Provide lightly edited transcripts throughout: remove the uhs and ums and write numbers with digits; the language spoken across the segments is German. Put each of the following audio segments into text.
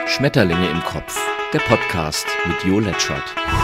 Schmetterlinge im Kopf, der Podcast mit Jo Letschert.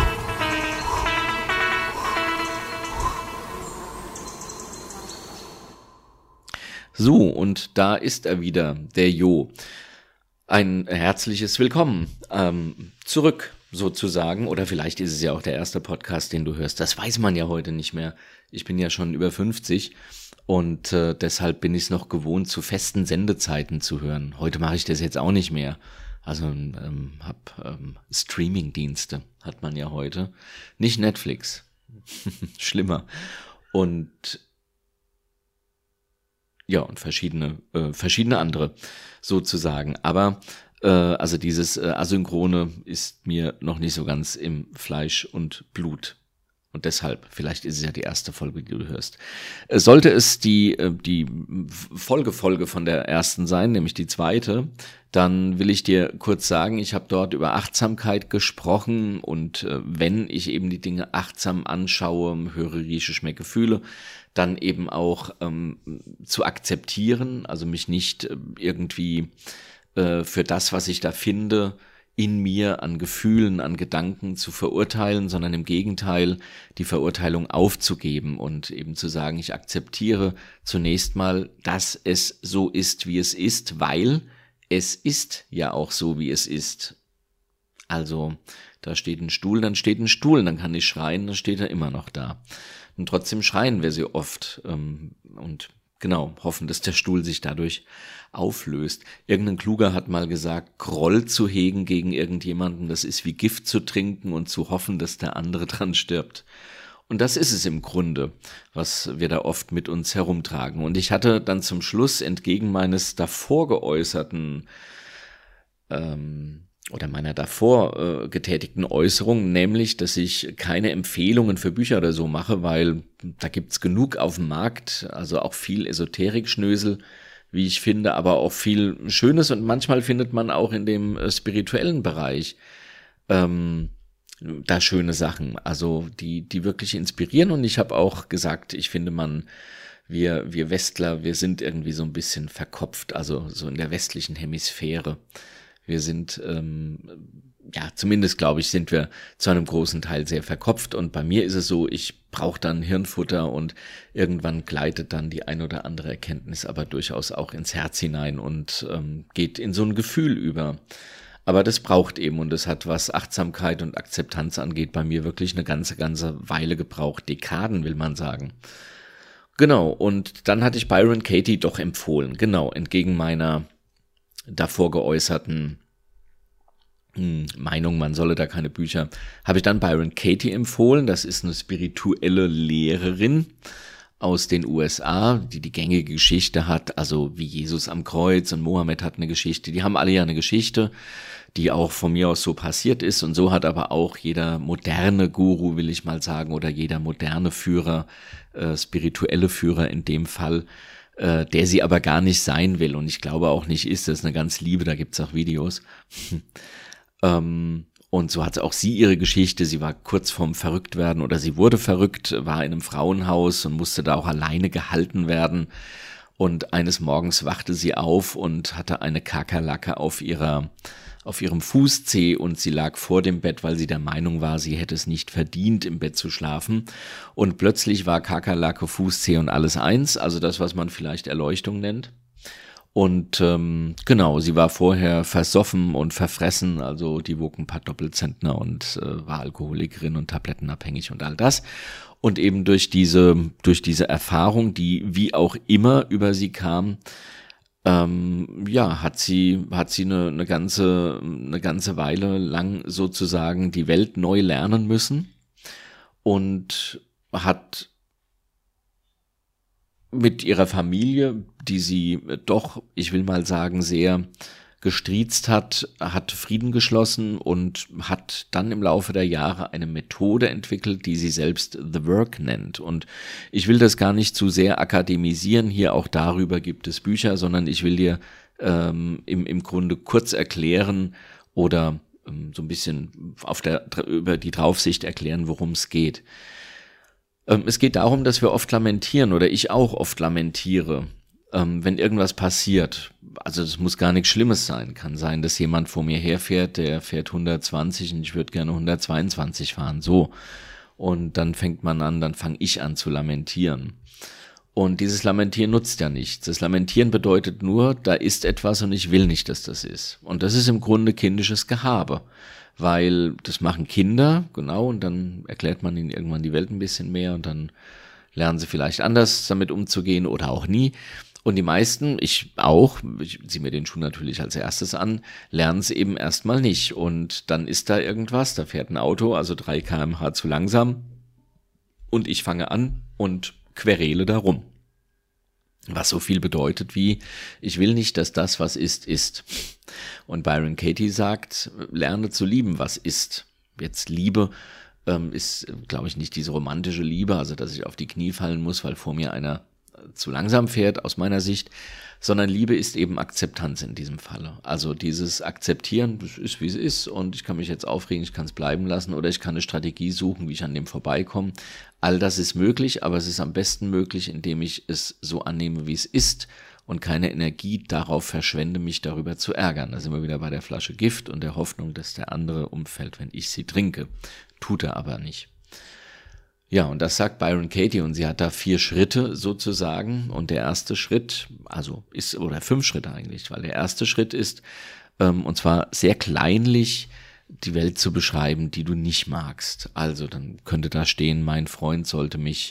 So, und da ist er wieder, der Jo. Ein herzliches Willkommen zurück sozusagen, oder vielleicht ist es ja auch der erste Podcast, den du hörst. Das weiß man ja heute nicht mehr. Ich bin ja schon über 50 und deshalb bin ich es noch gewohnt, zu festen Sendezeiten zu hören. Heute mache ich das jetzt auch nicht mehr. Also habe Streaming-Dienste hat man ja heute. Nicht Netflix. Schlimmer. Und ja, und verschiedene andere sozusagen. Aber also dieses Asynchrone ist mir noch nicht so ganz im Fleisch und Blut. Und deshalb, vielleicht ist es ja die erste Folge, die du hörst. Sollte es die Folge von der ersten sein, nämlich die zweite, dann will ich dir kurz sagen, ich habe dort über Achtsamkeit gesprochen und wenn ich eben die Dinge achtsam anschaue, höre, rieche, schmecke, fühle, dann eben auch zu akzeptieren, also mich nicht irgendwie für das, was ich da finde, in mir an Gefühlen, an Gedanken zu verurteilen, sondern im Gegenteil die Verurteilung aufzugeben und eben zu sagen, ich akzeptiere zunächst mal, dass es so ist, wie es ist, weil es ist ja auch so, wie es ist. Also da steht ein Stuhl, dann steht ein Stuhl, dann kann ich schreien, dann steht er immer noch da. Und trotzdem schreien wir sehr oft und genau, hoffen, dass der Stuhl sich dadurch auflöst. Irgendein Kluger hat mal gesagt, Groll zu hegen gegen irgendjemanden, das ist wie Gift zu trinken und zu hoffen, dass der andere dran stirbt. Und das ist es im Grunde, was wir da oft mit uns herumtragen. Und ich hatte dann zum Schluss entgegen meines davor geäußerten oder meiner davor getätigten Äußerung, nämlich, dass ich keine Empfehlungen für Bücher oder so mache, weil da gibt's genug auf dem Markt, also auch viel Esoterik-Schnösel, wie ich finde, aber auch viel Schönes und manchmal findet man auch in dem spirituellen Bereich da schöne Sachen, also die wirklich inspirieren. Und ich habe auch gesagt, ich finde wir Westler, wir sind irgendwie so ein bisschen verkopft, also so in der westlichen Hemisphäre. Wir sind, zumindest glaube ich, sind wir zu einem großen Teil sehr verkopft und bei mir ist es so, ich brauche dann Hirnfutter und irgendwann gleitet dann die ein oder andere Erkenntnis aber durchaus auch ins Herz hinein und geht in so ein Gefühl über. Aber das braucht eben und das hat, was Achtsamkeit und Akzeptanz angeht, bei mir wirklich eine ganze Weile gebraucht, Dekaden will man sagen. Genau, und dann hatte ich Byron Katie doch empfohlen, genau, entgegen meiner davor geäußerten Meinung, man solle da keine Bücher, habe ich dann Byron Katie empfohlen. Das ist eine spirituelle Lehrerin aus den USA, die gängige Geschichte hat, also wie Jesus am Kreuz und Mohammed hat eine Geschichte, die haben alle ja eine Geschichte, die auch von mir aus so passiert ist und so hat aber auch jeder moderne Guru, will ich mal sagen, oder jeder moderne Führer, spirituelle Führer in dem Fall, der sie aber gar nicht sein will und ich glaube auch nicht ist, das ist eine ganz liebe, da gibt's auch Videos. Und so hat auch sie ihre Geschichte, sie war kurz vorm Verrücktwerden oder sie wurde verrückt, war in einem Frauenhaus und musste da auch alleine gehalten werden und eines Morgens wachte sie auf und hatte eine Kakerlake auf ihrem Fußzeh und sie lag vor dem Bett, weil sie der Meinung war, sie hätte es nicht verdient, im Bett zu schlafen. Und plötzlich war Kakerlake, Fußzeh und alles eins, also das, was man vielleicht Erleuchtung nennt. Und genau, sie war vorher versoffen und verfressen, also die wog ein paar Doppelzentner und war Alkoholikerin und tablettenabhängig und all das. Und eben durch diese Erfahrung, die wie auch immer über sie kam, hat sie eine ganze Weile lang sozusagen die Welt neu lernen müssen und hat mit ihrer Familie, die sie doch, ich will mal sagen, sehr gestriezt hat Frieden geschlossen und hat dann im Laufe der Jahre eine Methode entwickelt, die sie selbst The Work nennt. Und ich will das gar nicht zu sehr akademisieren, hier auch darüber gibt es Bücher, sondern ich will dir im Grunde kurz erklären oder so ein bisschen über die Draufsicht erklären, worum es geht. Es geht darum, dass wir oft lamentieren oder ich auch oft lamentiere, wenn irgendwas passiert, also das muss gar nichts Schlimmes sein, kann sein, dass jemand vor mir herfährt, der fährt 120 und ich würde gerne 122 fahren, so. Und dann fange ich an zu lamentieren. Und dieses Lamentieren nutzt ja nichts. Das Lamentieren bedeutet nur, da ist etwas und ich will nicht, dass das ist. Und das ist im Grunde kindisches Gehabe, weil das machen Kinder, genau, und dann erklärt man ihnen irgendwann die Welt ein bisschen mehr und dann lernen sie vielleicht anders damit umzugehen oder auch nie. Und die meisten, ich auch, ich ziehe mir den Schuh natürlich als erstes an, lernen es eben erstmal nicht. Und dann ist da irgendwas, da fährt ein Auto, also 3 km/h zu langsam und ich fange an und querele darum. Was so viel bedeutet wie, ich will nicht, dass das, was ist, ist. Und Byron Katie sagt, lerne zu lieben, was ist. Jetzt Liebe ist, glaube ich, nicht diese romantische Liebe, also dass ich auf die Knie fallen muss, weil vor mir einer zu langsam fährt, aus meiner Sicht, sondern Liebe ist eben Akzeptanz in diesem Falle. Also dieses Akzeptieren, das ist, wie es ist und ich kann mich jetzt aufregen, ich kann es bleiben lassen oder ich kann eine Strategie suchen, wie ich an dem vorbeikomme. All das ist möglich, aber es ist am besten möglich, indem ich es so annehme, wie es ist und keine Energie darauf verschwende, mich darüber zu ärgern. Da sind wir wieder bei der Flasche Gift und der Hoffnung, dass der andere umfällt, wenn ich sie trinke. Tut er aber nicht. Ja, und das sagt Byron Katie und sie hat da 4 Schritte sozusagen und der erste Schritt, also ist, oder 5 Schritte eigentlich, weil der erste Schritt ist, und zwar sehr kleinlich, die Welt zu beschreiben, die du nicht magst. Also dann könnte da stehen, mein Freund sollte mich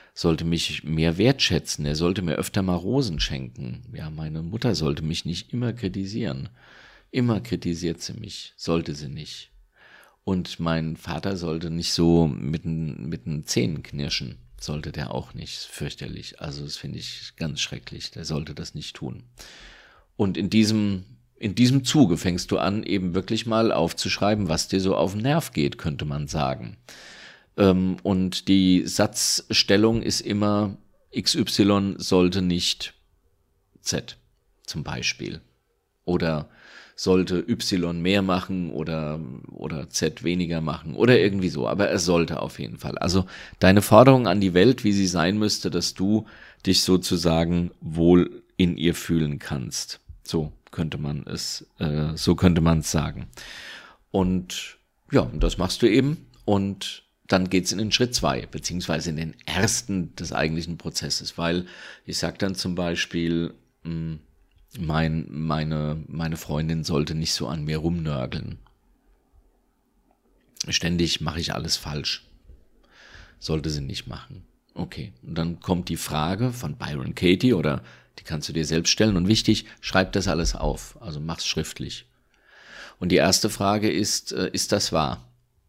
mehr wertschätzen, er sollte mir öfter mal Rosen schenken. Ja, meine Mutter sollte mich nicht immer kritisieren. Immer kritisiert sie mich, sollte sie nicht. Und mein Vater sollte nicht so mit den Zähnen knirschen. Sollte der auch nicht. Fürchterlich. Also das finde ich ganz schrecklich. Der sollte das nicht tun. Und in diesem Zuge fängst du an, eben wirklich mal aufzuschreiben, was dir so auf den Nerv geht, könnte man sagen. Und die Satzstellung ist immer, XY sollte nicht Z, zum Beispiel. Oder sollte Y mehr machen oder Z weniger machen oder irgendwie so, aber er sollte auf jeden Fall. Also deine Forderung an die Welt, wie sie sein müsste, dass du dich sozusagen wohl in ihr fühlen kannst. So könnte man es sagen. Und ja, das machst du eben und dann geht's in den Schritt 2, beziehungsweise in den ersten des eigentlichen Prozesses, weil ich sag dann zum Beispiel, meine Freundin sollte nicht so an mir rumnörgeln. Ständig mache ich alles falsch. Sollte sie nicht machen. Okay, und dann kommt die Frage von Byron Katie oder die kannst du dir selbst stellen und wichtig, schreib das alles auf, also mach's schriftlich. Und die erste Frage ist das wahr?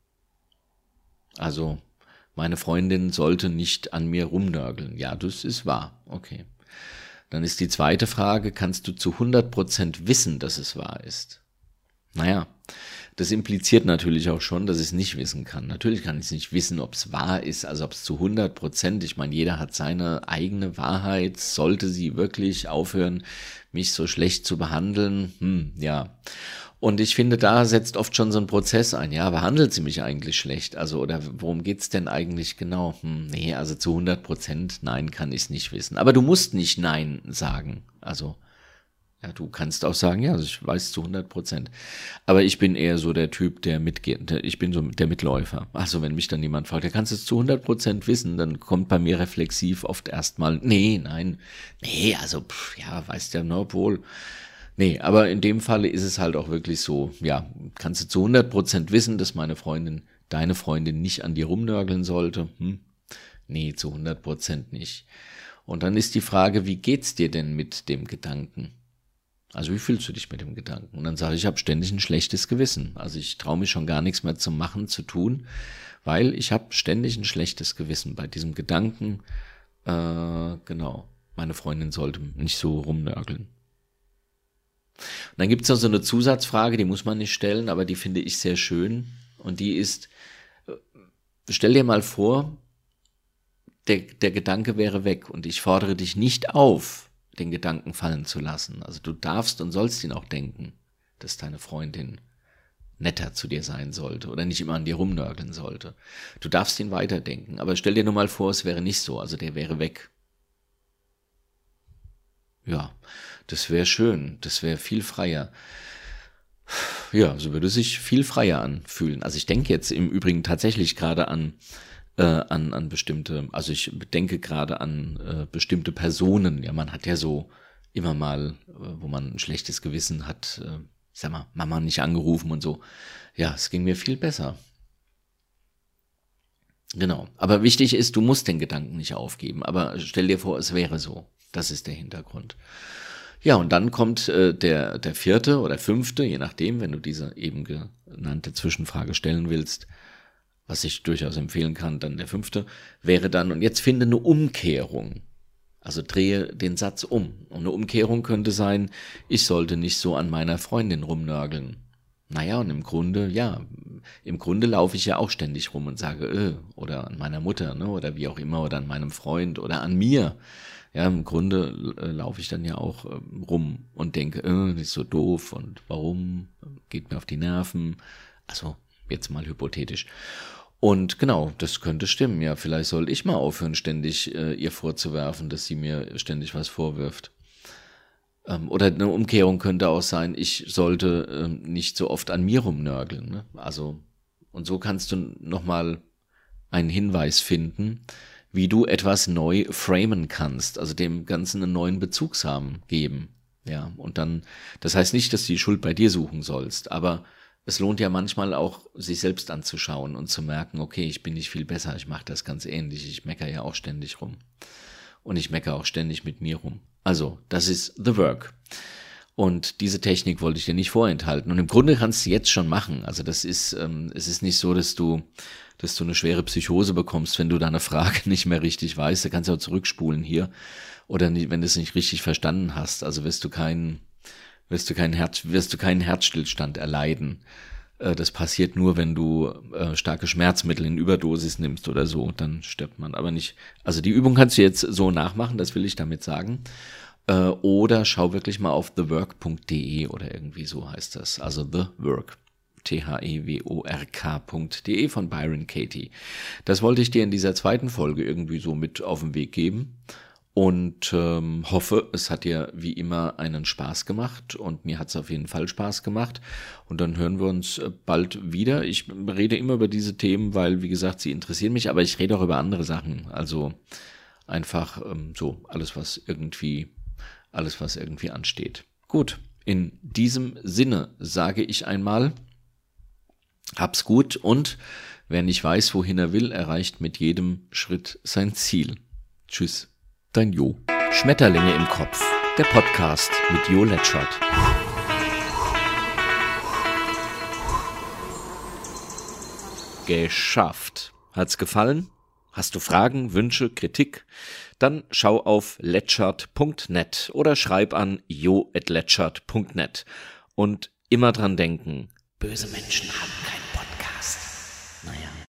Also, meine Freundin sollte nicht an mir rumnörgeln. Ja, das ist wahr. Okay. Dann ist die zweite Frage, kannst du zu 100% wissen, dass es wahr ist? Naja, das impliziert natürlich auch schon, dass ich es nicht wissen kann. Natürlich kann ich es nicht wissen, ob es wahr ist, also ob es zu 100%, ich meine, jeder hat seine eigene Wahrheit, sollte sie wirklich aufhören, mich so schlecht zu behandeln? Ja. Und ich finde, da setzt oft schon so ein Prozess ein. Ja, behandelt sie mich eigentlich schlecht? Also, oder worum geht's denn eigentlich genau? Nee, also zu 100% nein kann ich es nicht wissen. Aber du musst nicht nein sagen. Also, ja, du kannst auch sagen, ja, also ich weiß zu 100%. Aber ich bin eher so der Typ, der mitgeht. Ich bin so der Mitläufer. Also, wenn mich dann jemand fragt, ja, kannst du es zu 100% wissen, dann kommt bei mir reflexiv oft erstmal, nee, also, ja, weißt ja nur wohl. Nee, aber in dem Falle ist es halt auch wirklich so, ja, kannst du zu 100% wissen, dass deine Freundin nicht an dir rumnörgeln sollte? Nee, zu 100% nicht. Und dann ist die Frage, wie geht's dir denn mit dem Gedanken? Also wie fühlst du dich mit dem Gedanken? Und dann sage ich habe ständig ein schlechtes Gewissen. Also ich traue mich schon gar nichts mehr zu machen, zu tun, weil ich habe ständig ein schlechtes Gewissen bei diesem Gedanken, genau, meine Freundin sollte nicht so rumnörgeln. Und dann gibt es noch so eine Zusatzfrage, die muss man nicht stellen, aber die finde ich sehr schön. Und die ist, stell dir mal vor, der Gedanke wäre weg und ich fordere dich nicht auf, den Gedanken fallen zu lassen. Also du darfst und sollst ihn auch denken, dass deine Freundin netter zu dir sein sollte oder nicht immer an dir rumnörgeln sollte. Du darfst ihn weiterdenken, aber stell dir nur mal vor, es wäre nicht so, also der wäre weg. Ja, das wäre schön, das wäre viel freier. Ja, so würde sich viel freier anfühlen. Also ich denke jetzt im Übrigen tatsächlich gerade an bestimmte, also ich denke gerade an bestimmte Personen. Ja, man hat ja so immer mal, wo man ein schlechtes Gewissen hat, sag mal, Mama nicht angerufen und so. Ja, es ging mir viel besser. Genau. Aber wichtig ist, du musst den Gedanken nicht aufgeben. Aber stell dir vor, es wäre so. Das ist der Hintergrund. Ja, und dann kommt der vierte oder fünfte, je nachdem, wenn du diese eben genannte Zwischenfrage stellen willst, was ich durchaus empfehlen kann, dann der fünfte, wäre dann, und jetzt finde eine Umkehrung. Also drehe den Satz um. Und eine Umkehrung könnte sein, ich sollte nicht so an meiner Freundin rumnörgeln. Naja, und im Grunde laufe ich ja auch ständig rum und sage, oder an meiner Mutter, ne, oder wie auch immer, oder an meinem Freund oder an mir. Ja, im Grunde laufe ich dann ja auch rum und denke, das ist so doof und warum, geht mir auf die Nerven. Also, jetzt mal hypothetisch. Und genau, das könnte stimmen. Ja, vielleicht sollte ich mal aufhören, ständig ihr vorzuwerfen, dass sie mir ständig was vorwirft. Oder eine Umkehrung könnte auch sein, ich sollte nicht so oft an mir rumnörgeln. Ne? Also, und so kannst du nochmal einen Hinweis finden, wie du etwas neu framen kannst, also dem Ganzen einen neuen Bezugsrahmen geben. Ja, und dann, das heißt nicht, dass du die Schuld bei dir suchen sollst, aber es lohnt ja manchmal auch, sich selbst anzuschauen und zu merken, okay, ich bin nicht viel besser, ich mache das ganz ähnlich, ich meckere ja auch ständig rum. Und ich meckere auch ständig mit mir rum. Also, das ist The Work. Und diese Technik wollte ich dir nicht vorenthalten. Und im Grunde kannst du jetzt schon machen. Also das ist, es ist nicht so, dass du eine schwere Psychose bekommst, wenn du deine Frage nicht mehr richtig weißt. Da kannst du auch zurückspulen hier. Oder wenn du es nicht richtig verstanden hast. Also wirst du keinen Herzstillstand erleiden. Das passiert nur, wenn du starke Schmerzmittel in Überdosis nimmst oder so, dann stirbt man. Aber nicht, also die Übung kannst du jetzt so nachmachen, das will ich damit sagen. Oder schau wirklich mal auf thework.de oder irgendwie so heißt das. Also The Work. thework.de von Byron Katie. Das wollte ich dir in dieser zweiten Folge irgendwie so mit auf den Weg geben. Und hoffe, es hat dir wie immer einen Spaß gemacht und mir hat es auf jeden Fall Spaß gemacht und dann hören wir uns bald wieder. Ich rede immer über diese Themen, weil, wie gesagt, sie interessieren mich, aber ich rede auch über andere Sachen, also einfach so alles, was irgendwie ansteht. Gut, in diesem Sinne sage ich einmal, hab's gut und wer nicht weiß, wohin er will, erreicht mit jedem Schritt sein Ziel. Tschüss. Dein Jo. Schmetterlinge im Kopf. Der Podcast mit Jo Letschert. Geschafft. Hat's gefallen? Hast du Fragen, Wünsche, Kritik? Dann schau auf letschert.net oder schreib an jo@letschert.net. Und immer dran denken, böse Menschen haben keine